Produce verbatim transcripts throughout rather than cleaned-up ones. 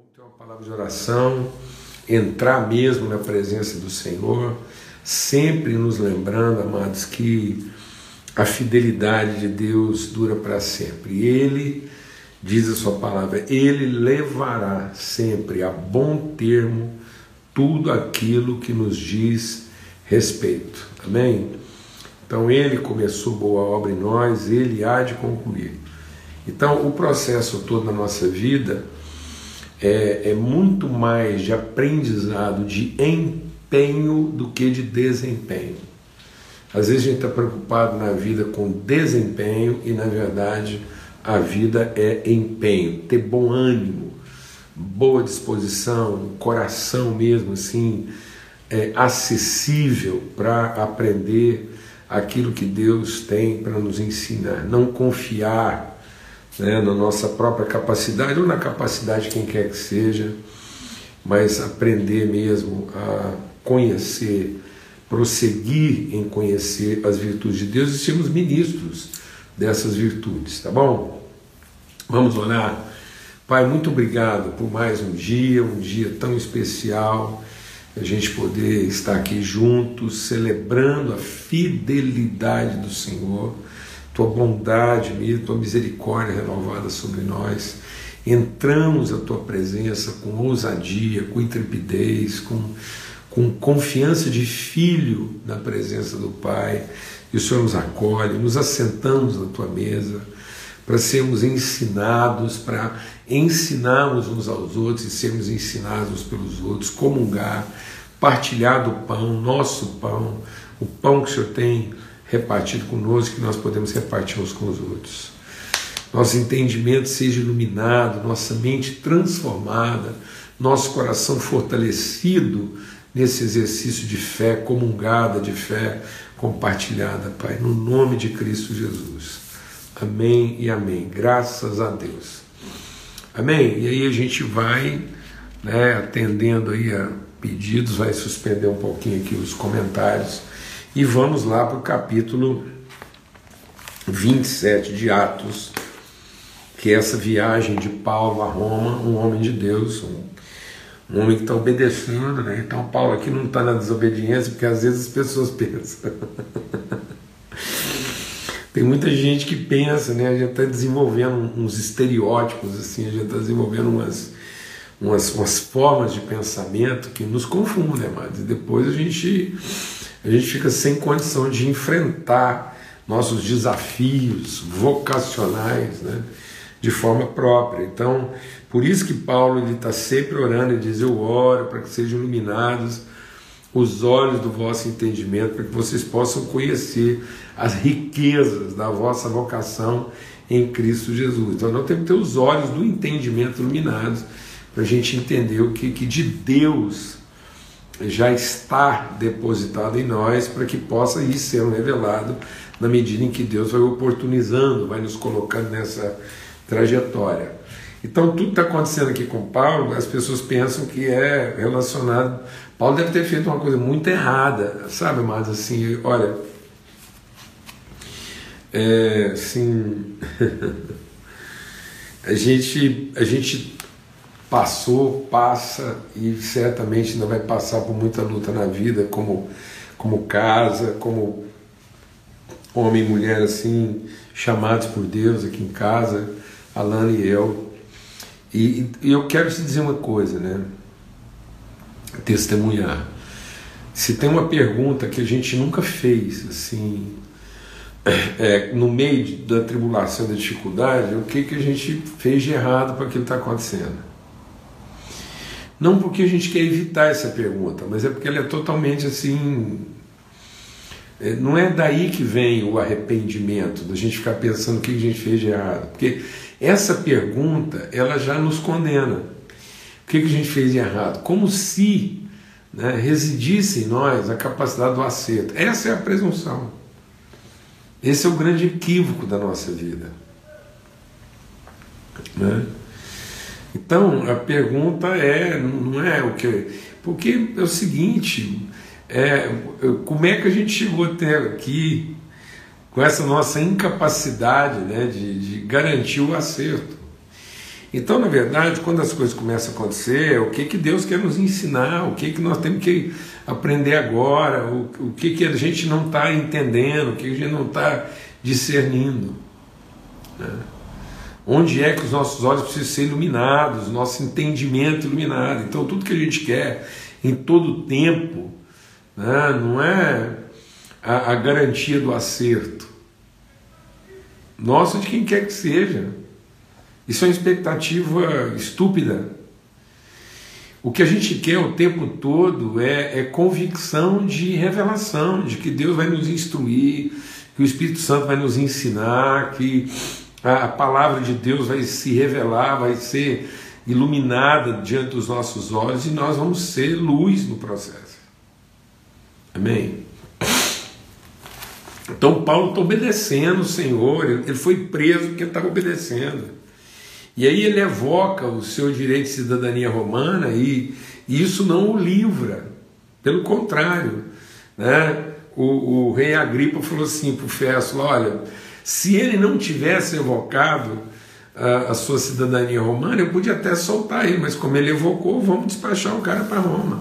ter uma palavra de oração, entrar mesmo na presença do Senhor, sempre nos lembrando, amados, que a fidelidade de Deus dura para sempre. Ele, diz a sua palavra, Ele levará sempre a bom termo tudo aquilo que nos diz respeito. Amém? Então Ele começou boa obra em nós, Ele há de concluir. Então o processo todo na nossa vida é, é muito mais de aprendizado, de empenho do que de desempenho. Às vezes a gente está preocupado na vida com desempenho e na verdade a vida é empenho, ter bom ânimo, boa disposição, coração mesmo assim, é, acessível para aprender aquilo que Deus tem para nos ensinar, não confiar, né, na nossa própria capacidade ou na capacidade de quem quer que seja, mas aprender mesmo a conhecer, prosseguir em conhecer as virtudes de Deus e sermos ministros dessas virtudes, tá bom? Vamos orar. Pai, muito obrigado por mais um dia, um dia tão especial, a gente poder estar aqui juntos, celebrando a fidelidade do Senhor, Tua bondade mesmo, Tua misericórdia renovada sobre nós. Entramos à Tua presença com ousadia, com intrepidez, com, com confiança de filho na presença do Pai, e o Senhor nos acolhe, nos assentamos na Tua mesa, para sermos ensinados, para ensinarmos uns aos outros e sermos ensinados uns pelos outros, comungar, partilhar do pão, nosso pão, o pão que o Senhor tem repartido conosco, que nós podemos repartir uns com os outros. Nosso entendimento seja iluminado, nossa mente transformada, nosso coração fortalecido nesse exercício de fé, comungada, de fé compartilhada, Pai, no nome de Cristo Jesus. Amém e amém. Graças a Deus. Amém? E aí a gente vai, né, atendendo aí a pedidos, vai suspender um pouquinho aqui os comentários e vamos lá para o capítulo vinte e sete de Atos, que é essa viagem de Paulo a Roma, um homem de Deus, um, um homem que está obedecendo, né? Então Paulo aqui não está na desobediência, porque às vezes as pessoas pensam. Tem muita gente que pensa, né? A gente está desenvolvendo uns estereótipos, assim, a gente está desenvolvendo umas, umas, umas formas de pensamento que nos confundem, amados. E depois a gente, a gente fica sem condição de enfrentar nossos desafios vocacionais, né, de forma própria. Então, por isso que Paulo está sempre orando e diz: eu oro para que sejam iluminados os olhos do vosso entendimento, para que vocês possam conhecer as riquezas da vossa vocação em Cristo Jesus. Então nós temos que ter os olhos do entendimento iluminados, para a gente entender o que, que de Deus já está depositado em nós, para que possa ir sendo revelado na medida em que Deus vai oportunizando, vai nos colocando nessa trajetória. Então tudo está acontecendo aqui com Paulo, as pessoas pensam que é relacionado. Paulo deve ter feito uma coisa muito errada, sabe, mas assim, olha, é, assim, a gente, a gente passou, passa e certamente ainda vai passar por muita luta na vida, como, como casa, como homem e mulher assim, chamados por Deus aqui em casa, Alana e eu. E, e eu quero te dizer uma coisa, né? Testemunhar. Se tem uma pergunta que a gente nunca fez, assim, é, no meio de, da tribulação, da dificuldade, o que, que a gente fez de errado para aquilo que está acontecendo? Não porque a gente quer evitar essa pergunta, mas é porque ela é totalmente assim. É, não é daí que vem o arrependimento, da gente ficar pensando o que a gente fez de errado. Porque essa pergunta, ela já nos condena. O que a gente fez de errado? Como se, né, residisse em nós a capacidade do acerto. Essa é a presunção. Esse é o grande equívoco da nossa vida. Né? Então, a pergunta é, não é o que... Porque é o seguinte, é, como é que a gente chegou até aqui com essa nossa incapacidade, né, de, de garantir o acerto? Então, na verdade, quando as coisas começam a acontecer, o que, que Deus quer nos ensinar, o que, que nós temos que aprender agora, o, o que, que a gente não está entendendo, o que a gente não está discernindo, né? Onde é que os nossos olhos precisam ser iluminados, nosso entendimento iluminado. Então, tudo que a gente quer em todo o tempo, né, não é a, a garantia do acerto nossa, de quem quer que seja. Isso é uma expectativa estúpida. O que a gente quer o tempo todo é, é convicção de revelação, de que Deus vai nos instruir, que o Espírito Santo vai nos ensinar, que a, a palavra de Deus vai se revelar, vai ser iluminada diante dos nossos olhos e nós vamos ser luz no processo. Amém? Então Paulo está obedecendo o Senhor, ele foi preso porque ele estava obedecendo. E aí ele evoca o seu direito de cidadania romana e, e isso não o livra. Pelo contrário, né? o, o rei Agripa falou assim para o Festo, olha, se ele não tivesse evocado a, a sua cidadania romana, eu podia até soltar ele, mas como ele evocou, vamos despachar o cara para Roma.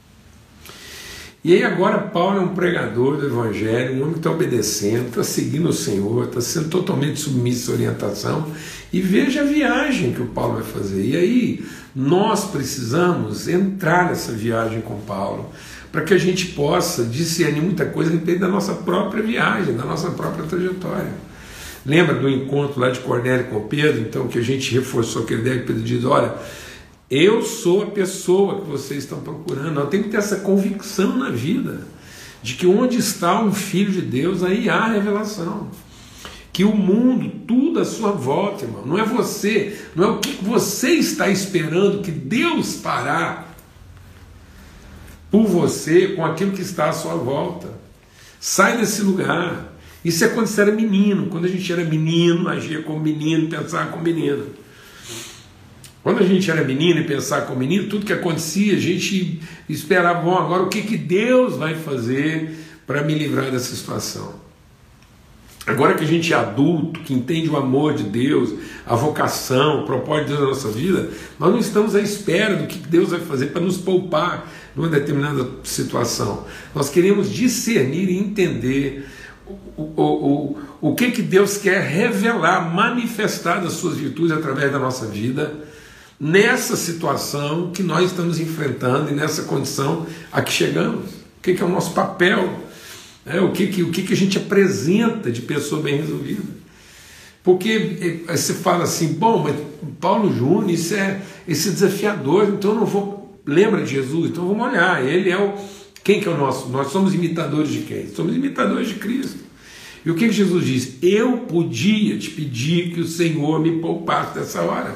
E aí agora Paulo é um pregador do Evangelho, um homem que está obedecendo, está seguindo o Senhor, está sendo totalmente submisso à orientação, e veja a viagem que o Paulo vai fazer. E aí nós precisamos entrar nessa viagem com Paulo, para que a gente possa discernir muita coisa a respeito da nossa própria viagem, da nossa própria trajetória. Lembra do encontro lá de Cornélio com Pedro, então, que a gente reforçou aquele ideia que Pedro diz, olha, eu sou a pessoa que vocês estão procurando. Nós temos que ter essa convicção na vida, de que onde está um filho de Deus, aí há revelação. Que o mundo, tudo à sua volta, irmão, não é você, não é o que você está esperando que Deus fará por você com aquilo que está à sua volta. Sai desse lugar. Isso é quando você era menino. Quando a gente era menino, agia como menino, pensava como menino. Quando a gente era menino e pensava como menino, tudo que acontecia, a gente esperava, bom, agora o que, que Deus vai fazer para me livrar dessa situação? Agora que a gente é adulto, que entende o amor de Deus, a vocação, o propósito de Deus na nossa vida, nós não estamos à espera do que Deus vai fazer para nos poupar numa determinada situação. Nós queremos discernir e entender o, o, o, o que, que Deus quer revelar, manifestar das suas virtudes através da nossa vida, nessa situação que nós estamos enfrentando e nessa condição a que chegamos. O que, que é o nosso papel? É, o que, que, o que, que a gente apresenta de pessoa bem resolvida? Porque você fala assim, bom, mas Paulo Júnior, isso é, esse desafiador, então eu não vou... Lembra de Jesus? Então vamos olhar, ele é o... Quem que é o nosso? Nós somos imitadores de quem? Somos imitadores de Cristo. E o que, que Jesus diz? Eu podia te pedir que o Senhor me poupasse dessa hora.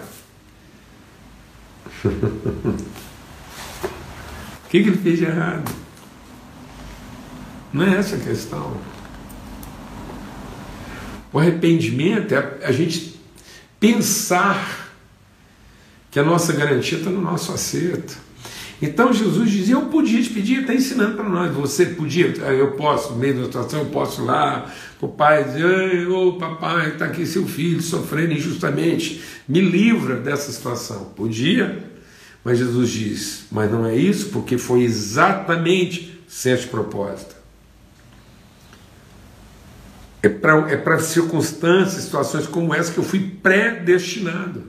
O que, que ele fez de errado? Não é essa a questão. O arrependimento é a gente pensar que a nossa garantia está no nosso acerto. Então Jesus dizia, eu podia te pedir, está ensinando para nós, você podia, eu posso, no meio da situação, eu posso ir lá para o pai dizer, ô papai, está aqui seu filho sofrendo injustamente, me livra dessa situação. Podia, mas Jesus diz, mas não é isso, porque foi exatamente certo propósito. É para é para circunstâncias, situações como essa que eu fui predestinado.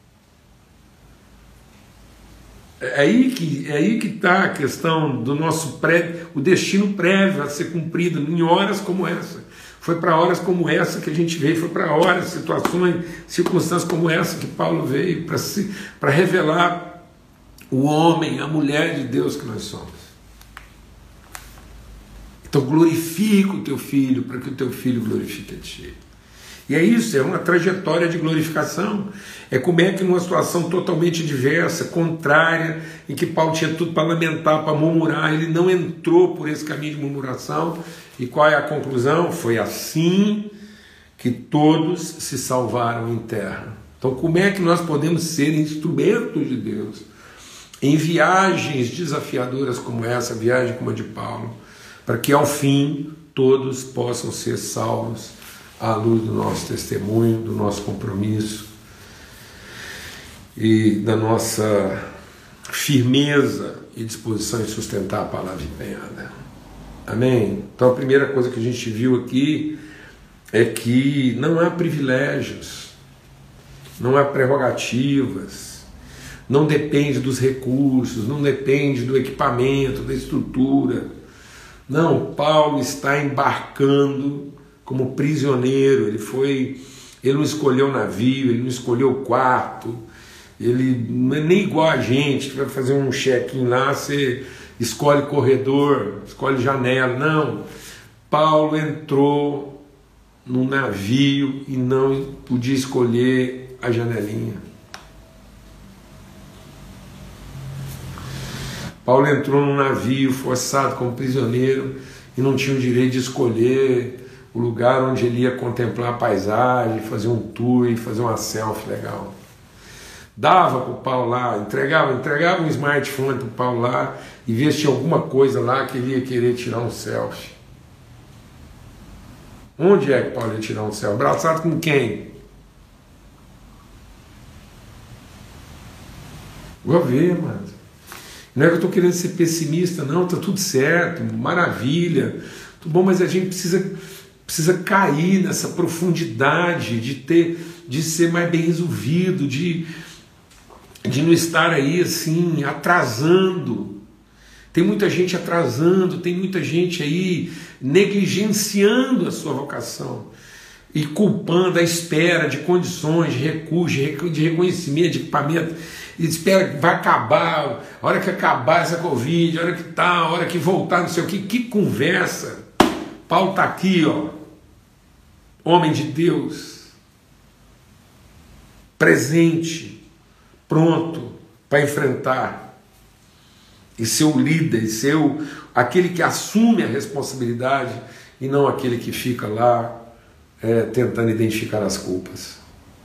É aí que é aí que está a questão do nosso pré, o destino prévio a ser cumprido em horas como essa. Foi para horas como essa que a gente veio, foi para horas, situações, circunstâncias como essa que Paulo veio para se, para revelar o homem, a mulher de Deus que nós somos. Então glorifica o teu filho para que o teu filho glorifique a ti. E é isso, é uma trajetória de glorificação. É como é que numa situação totalmente diversa, contrária, em que Paulo tinha tudo para lamentar, para murmurar, ele não entrou por esse caminho de murmuração. E qual é a conclusão? Foi assim que todos se salvaram em terra. Então como é que nós podemos ser instrumentos de Deus em viagens desafiadoras como essa, viagem como a de Paulo, para que ao fim todos possam ser salvos à luz do nosso testemunho, do nosso compromisso e da nossa firmeza e disposição em sustentar a palavra empenhada. Amém? Então a primeira coisa que a gente viu aqui é que não há privilégios, não há prerrogativas, não depende dos recursos, não depende do equipamento, da estrutura. Não, Paulo está embarcando como prisioneiro, ele foi, ele não escolheu navio, ele não escolheu quarto, ele não é nem igual a gente, que vai fazer um check-in lá, você escolhe corredor, escolhe janela. Não, Paulo entrou num navio e não podia escolher a janelinha. Paulo entrou num navio forçado como prisioneiro e não tinha o direito de escolher o lugar onde ele ia contemplar a paisagem, fazer um tour e fazer uma selfie legal. Dava para o Paulo lá, entregava, entregava um smartphone para o Paulo lá e via se tinha alguma coisa lá que ele ia querer tirar um selfie. Onde é que Paulo ia tirar um selfie? Abraçado com quem? Vou ver, mano. Não é que eu estou querendo ser pessimista, não, está tudo certo, maravilha, tudo bom, mas a gente precisa, precisa cair nessa profundidade de ter, de ser mais bem resolvido, de, de não estar aí assim, atrasando. Tem muita gente atrasando, tem muita gente aí negligenciando a sua vocação e culpando a espera de condições, de recursos, de reconhecimento, de equipamento. E espera que vai acabar, a hora que acabar essa Covid, a hora que tá, a hora que voltar, não sei o que, que conversa. Paulo está aqui, ó, homem de Deus, presente, pronto para enfrentar, e ser o líder, e ser o, aquele que assume a responsabilidade, e não aquele que fica lá é, tentando identificar as culpas.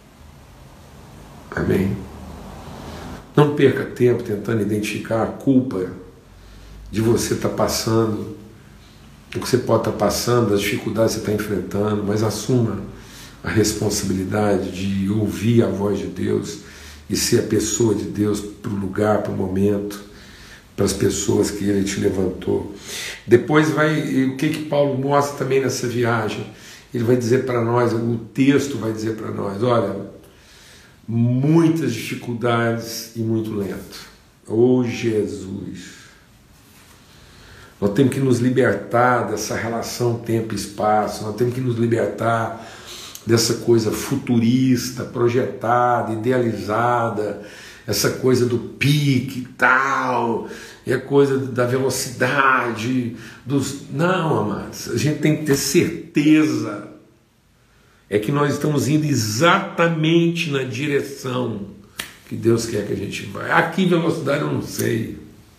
Amém? Não perca tempo tentando identificar a culpa de você estar passando, o que você pode estar passando, as dificuldades que você está enfrentando, mas assuma a responsabilidade de ouvir a voz de Deus e ser a pessoa de Deus para o lugar, para o momento, para as pessoas que Ele te levantou. Depois vai, o que que Paulo mostra também nessa viagem? Ele vai dizer para nós, o texto vai dizer para nós, olha, muitas dificuldades e muito lento. Oh Jesus! Nós temos que nos libertar dessa relação tempo e espaço, nós temos que nos libertar dessa coisa futurista, projetada, idealizada, essa coisa do pique e tal, e a coisa da velocidade, dos... Não, amados, a gente tem que ter certeza é que nós estamos indo exatamente na direção que Deus quer que a gente vá. A que velocidade eu não sei.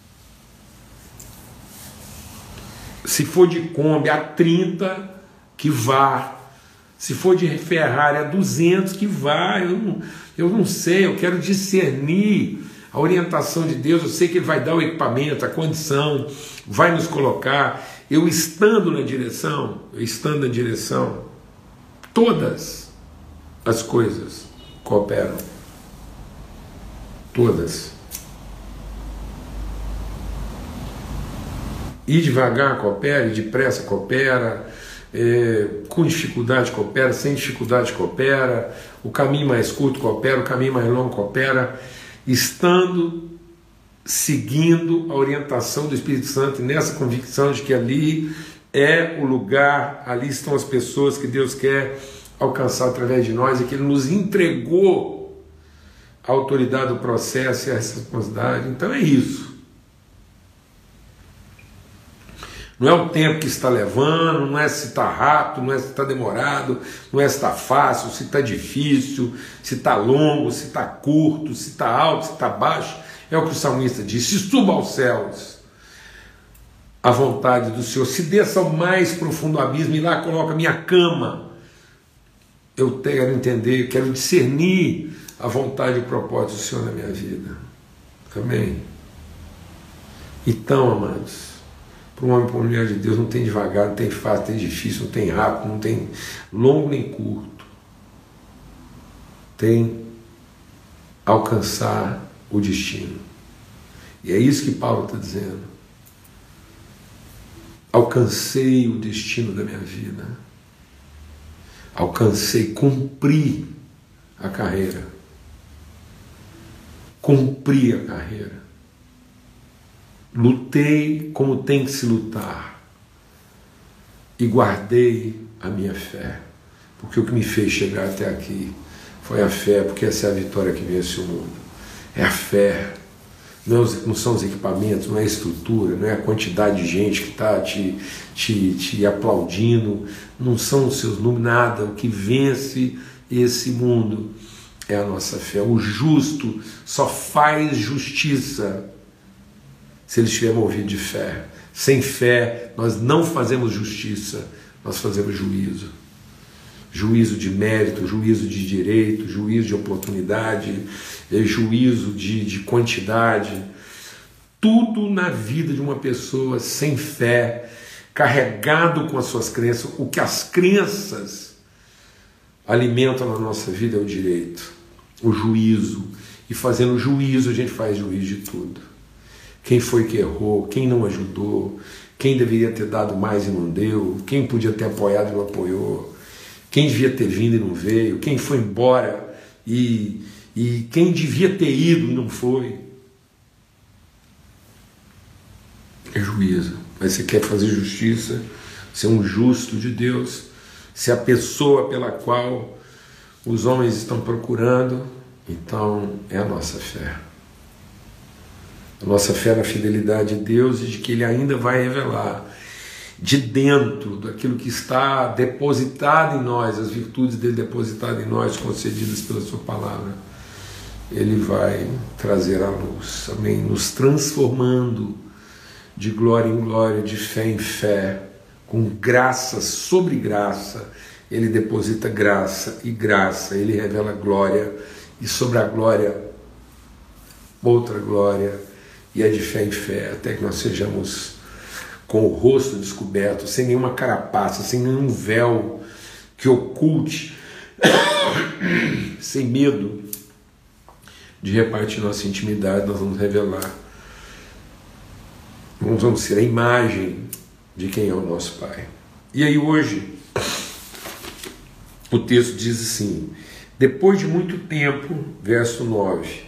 Se for de Kombi a trinta, que vá. Se for de Ferrari a duzentos, que vá. Eu não, eu não sei, eu quero discernir a orientação de Deus. Eu sei que Ele vai dar o equipamento, a condição, vai nos colocar. Eu estando na direção, eu estando na direção, todas as coisas cooperam. Todas. Ir devagar coopera, ir depressa coopera, é, com dificuldade coopera, sem dificuldade coopera, o caminho mais curto coopera, o caminho mais longo coopera, estando, seguindo a orientação do Espírito Santo e nessa convicção de que ali é o lugar, ali estão as pessoas que Deus quer alcançar através de nós e que Ele nos entregou a autoridade do processo e a responsabilidade. Então é isso. Não é o tempo que está levando, não é se está rápido, não é se está demorado, não é se está fácil, se está difícil, se está longo, se está curto, se está alto, se está baixo. É o que o salmista diz: se suba aos céus a vontade do Senhor, se desça ao mais profundo abismo e lá coloca minha cama. Eu quero entender, eu quero discernir a vontade e o propósito do Senhor na minha vida. Amém? Então, amados, para um homem e para uma mulher de Deus não tem devagar, não tem fácil, não tem difícil, não tem rápido, não tem longo nem curto. Tem alcançar o destino. E é isso que Paulo está dizendo. Alcancei o destino da minha vida. Alcancei, cumpri a carreira. Cumpri a carreira. Lutei como tem que se lutar. E guardei a minha fé. Porque o que me fez chegar até aqui foi a fé, porque essa é a vitória que vence o mundo. É a fé. Não, não são os equipamentos, não é a estrutura, não é a quantidade de gente que está te, te, te aplaudindo, não são os seus números, nada. O que vence esse mundo é a nossa fé. O justo só faz justiça se ele estiver movido de fé. Sem fé, nós não fazemos justiça, nós fazemos juízo. Juízo de mérito, juízo de direito, juízo de oportunidade, juízo de, de quantidade. Tudo na vida de uma pessoa sem fé, carregado com as suas crenças. O que as crenças alimentam na nossa vida é o direito, o juízo. E fazendo juízo, a gente faz juízo de tudo. Quem foi que errou, quem não ajudou, quem deveria ter dado mais e não deu, quem podia ter apoiado e não apoiou, quem devia ter vindo e não veio, quem foi embora e, e quem devia ter ido e não foi. É juízo. Mas você quer fazer justiça, ser um justo de Deus, ser a pessoa pela qual os homens estão procurando, então é a nossa fé. A nossa fé na fidelidade de Deus e de que Ele ainda vai revelar de dentro daquilo que está depositado em nós, as virtudes dele depositadas em nós, concedidas pela sua palavra. Ele vai trazer à luz, amém? Nos transformando de glória em glória, de fé em fé, com graça sobre graça. Ele deposita graça e graça, ele revela glória, e sobre a glória, outra glória, e é de fé em fé, até que nós sejamos com o rosto descoberto, sem nenhuma carapaça, sem nenhum véu que oculte, sem medo de repartir nossa intimidade. Nós vamos revelar, nós vamos ser a imagem de quem é o nosso Pai. E aí hoje o texto diz assim: depois de muito tempo, verso nove,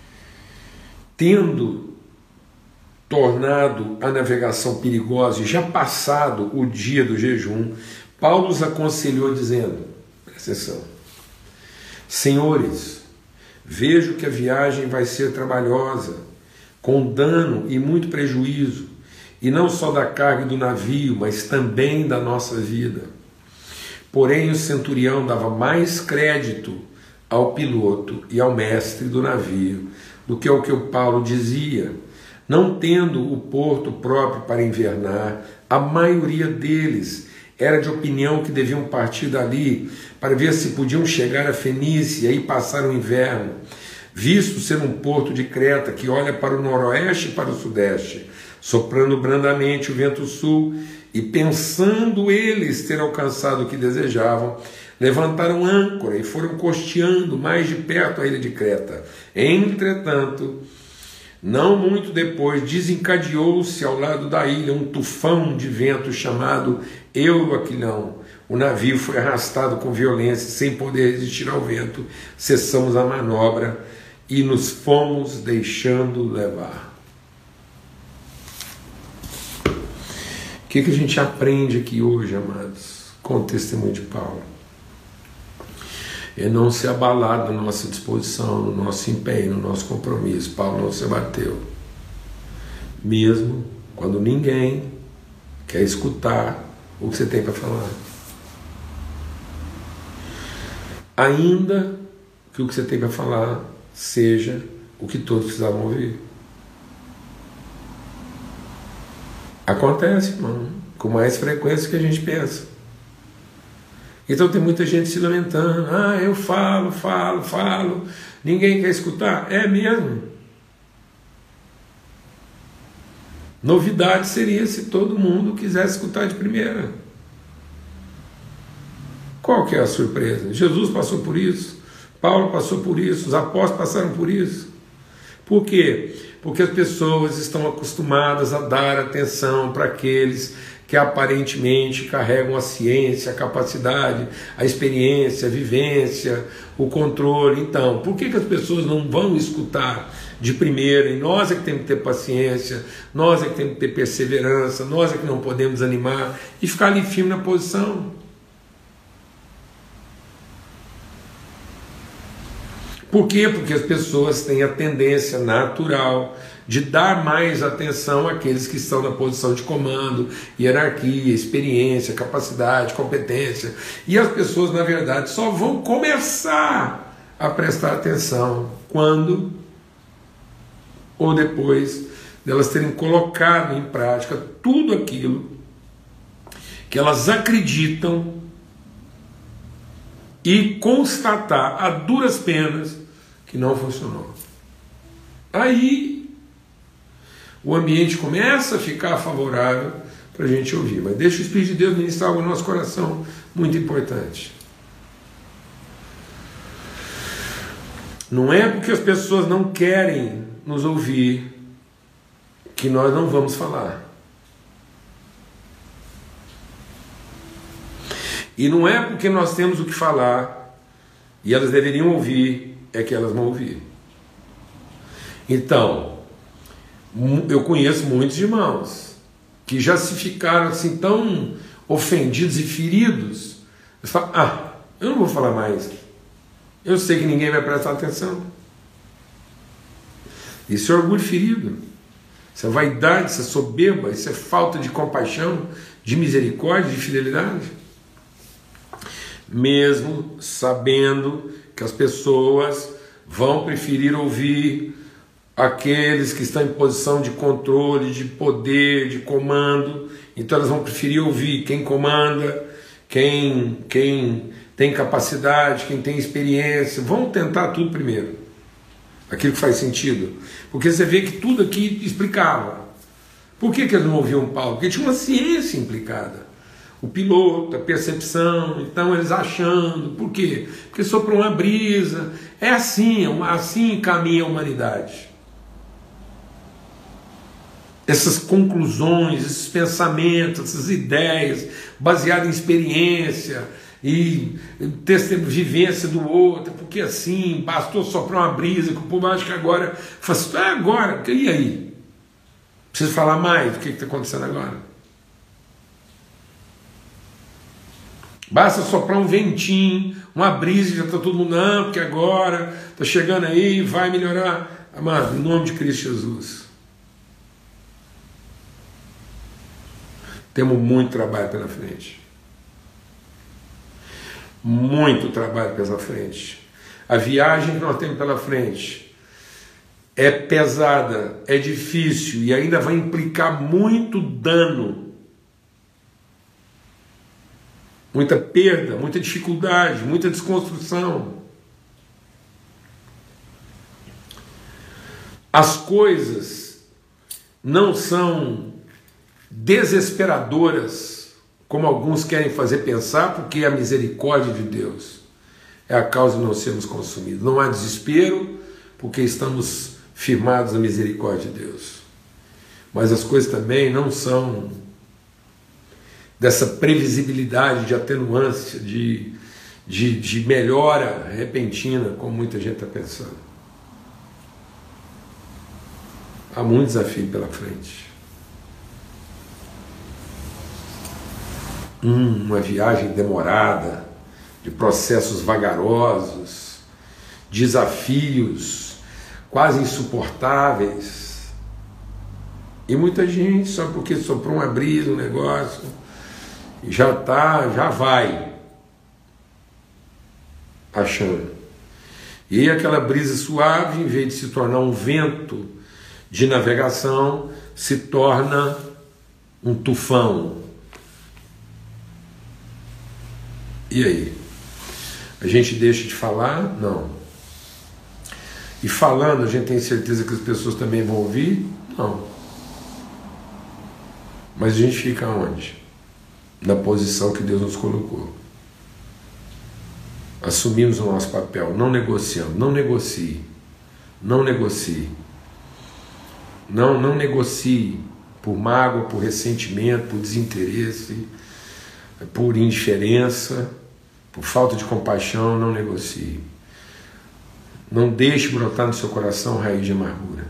tendo tornado a navegação perigosa e já passado o dia do jejum, Paulo os aconselhou dizendo, presta atenção, senhores, vejo que a viagem vai ser trabalhosa, com dano e muito prejuízo, e não só da carga do navio, mas também da nossa vida. Porém o centurião dava mais crédito ao piloto e ao mestre do navio do que ao que o Paulo dizia. Não tendo o porto próprio para invernar, a maioria deles era de opinião que deviam partir dali para ver se podiam chegar a Fenícia e aí passar o inverno, visto ser um porto de Creta que olha para o noroeste e para o sudeste, soprando brandamente o vento sul, e pensando eles ter alcançado o que desejavam, levantaram âncora e foram costeando mais de perto a ilha de Creta. Entretanto, não muito depois, desencadeou-se ao lado da ilha um tufão de vento chamado Euroaquilão. O navio foi arrastado com violência, sem poder resistir ao vento. Cessamos a manobra e nos fomos deixando levar. O que, que a gente aprende aqui hoje, amados, com o testemunho de Paulo? É não se abalar na nossa disposição, no nosso empenho, no nosso compromisso. Paulo não se abateu. Mesmo quando ninguém quer escutar o que você tem para falar. Ainda que o que você tem para falar seja o que todos precisavam ouvir. Acontece, irmão, com mais frequência que a gente pensa. Então tem muita gente se lamentando. Ah, eu falo, falo, falo, ninguém quer escutar. É mesmo. Novidade seria se todo mundo quisesse escutar de primeira. Qual que é a surpresa? Jesus passou por isso. Paulo passou por isso, os apóstolos passaram por isso. Por quê? Porque as pessoas estão acostumadas a dar atenção para aqueles que aparentemente carregam a ciência, a capacidade, a experiência, a vivência, o controle. Então, por que, que as pessoas não vão escutar de primeira? E nós é que temos que ter paciência, nós é que temos que ter perseverança, nós é que não podemos animar e ficar ali firme na posição. Por quê? Porque as pessoas têm a tendência natural de dar mais atenção àqueles que estão na posição de comando, hierarquia, experiência, capacidade, competência. E as pessoas, na verdade, só vão começar a prestar atenção quando ou depois delas terem colocado em prática tudo aquilo que elas acreditam e constatar a duras penas que não funcionou. Aí o ambiente começa a ficar favorável para a gente ouvir. Mas deixa o Espírito de Deus ministrar algo no nosso coração muito importante. Não é porque as pessoas não querem nos ouvir que nós não vamos falar. E não é porque nós temos o que falar e elas deveriam ouvir, é que elas vão ouvir. Então, eu conheço muitos irmãos que já se ficaram assim tão ofendidos e feridos. Eles falam, ah, eu não vou falar mais. Eu sei que ninguém vai prestar atenção. Isso é orgulho ferido. Isso é vaidade, isso é soberba, isso é falta de compaixão, de misericórdia, de fidelidade. Mesmo sabendo que as pessoas vão preferir ouvir aqueles que estão em posição de controle, de poder, de comando, então elas vão preferir ouvir quem comanda, quem, quem tem capacidade, quem tem experiência. Vão tentar tudo primeiro, aquilo que faz sentido, porque você vê que tudo aqui explicava. Por que, que eles não ouviam Paulo? Porque tinha uma ciência implicada, o piloto, a percepção. Então eles achando, por quê? Porque soprou uma brisa. É assim, assim caminha a humanidade. Essas conclusões, esses pensamentos, essas ideias baseadas em experiência e vivência do outro, porque assim, bastou soprar uma brisa, que o povo acha que agora, fala assim, ah, agora, e aí? Preciso falar mais do que está acontecendo agora? Basta soprar um ventinho, uma brisa, já está todo mundo, não, porque agora está chegando aí, vai melhorar. Amado, em nome de Cristo Jesus. Temos muito trabalho pela frente. Muito trabalho pela frente. A viagem que nós temos pela frente é pesada, é difícil e ainda vai implicar muito dano, muita perda, muita dificuldade, muita desconstrução. As coisas não são desesperadoras, como alguns querem fazer pensar, porque a misericórdia de Deus é a causa de não sermos consumidos. Não há desespero, porque estamos firmados na misericórdia de Deus. Mas as coisas também não são dessa previsibilidade de atenuância, de, de, de melhora repentina, como muita gente está pensando. Há muito desafio pela frente. Hum, uma viagem demorada, de processos vagarosos, desafios quase insuportáveis. E muita gente, só porque soprou uma brisa, um negócio, já tá, já vai achando. E aí aquela brisa suave, em vez de se tornar um vento de navegação, se torna um tufão. E aí? A gente deixa de falar? Não. E falando, a gente tem certeza que as pessoas também vão ouvir? Não. Mas a gente fica onde? Na posição que Deus nos colocou. assumimos o nosso papel, não negociamos, não negocie, não negocie, não, não negocie por mágoa, por ressentimento, por desinteresse, por indiferença, por falta de compaixão, não negocie. Não deixe brotar no seu coração raiz de amargura.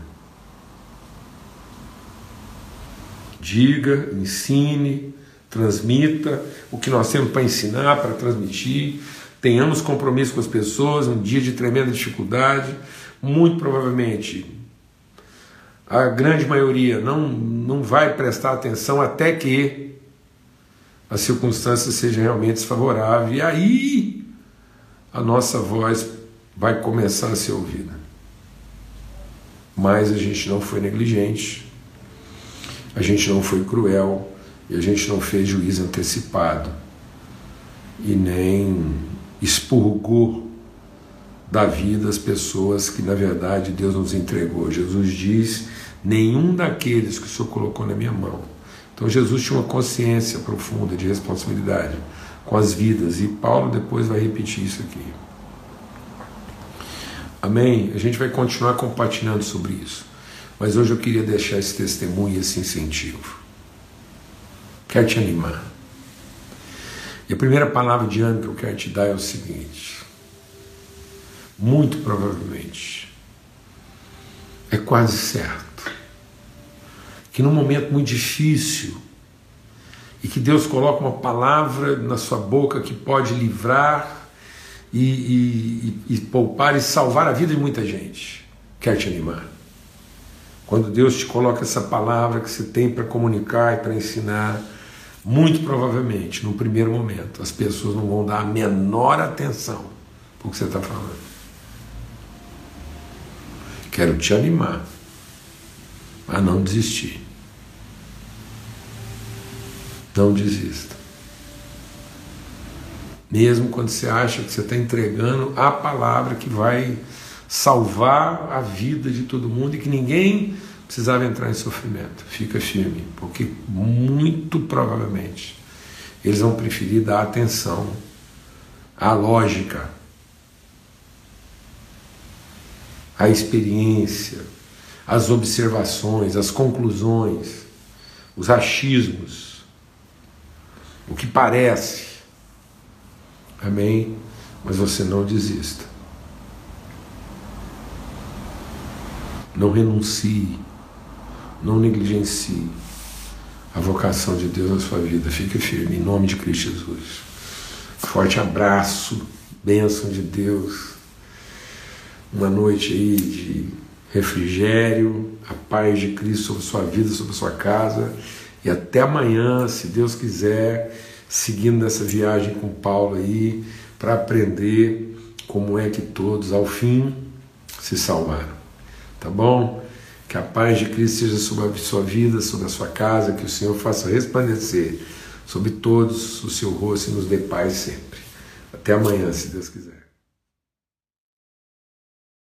Diga, ensine, transmita o que nós temos para ensinar, para transmitir. Tenhamos compromisso com as pessoas, um dia de tremenda dificuldade. Muito provavelmente, a grande maioria não, não vai prestar atenção até que a circunstância seja realmente desfavorável. E aí a nossa voz vai começar a ser ouvida. Mas a gente não foi negligente, a gente não foi cruel, e a gente não fez juízo antecipado, e nem expurgou da vida as pessoas que na verdade Deus nos entregou. Jesus diz: nenhum daqueles que o Senhor colocou na minha mão. Então Jesus tinha uma consciência profunda de responsabilidade com as vidas, e Paulo depois vai repetir isso aqui. Amém? A gente vai continuar compartilhando sobre isso, mas hoje eu queria deixar esse testemunho e esse incentivo. Quero te animar. E a primeira palavra de ânimo que eu quero te dar é o seguinte: muito provavelmente, é quase certo, que num momento muito difícil, e que Deus coloca uma palavra na sua boca que pode livrar e, e, e, e poupar e salvar a vida de muita gente, quero te animar. Quando Deus te coloca essa palavra que você tem para comunicar e para ensinar, muito provavelmente, no primeiro momento, as pessoas não vão dar a menor atenção para o que você está falando. Quero te animar a não desistir. Não desista. Mesmo quando você acha que você está entregando a palavra que vai salvar a vida de todo mundo e que ninguém precisava entrar em sofrimento, fica firme, porque muito provavelmente eles vão preferir dar atenção à lógica, à experiência, às observações, às conclusões, os achismos, o que parece. Amém? Mas você não desista. Não renuncie. Não negligencie a vocação de Deus na sua vida. Fique firme, em nome de Cristo Jesus. Forte abraço, bênção de Deus. Uma noite aí de refrigério, a paz de Cristo sobre a sua vida, sobre a sua casa. E até amanhã, se Deus quiser, seguindo nessa viagem com Paulo aí, para aprender como é que todos, ao fim, se salvaram. Tá bom? Que a paz de Cristo seja sobre a sua vida, sobre a sua casa, que o Senhor faça resplandecer sobre todos o seu rosto e nos dê paz sempre. Até amanhã, se Deus quiser.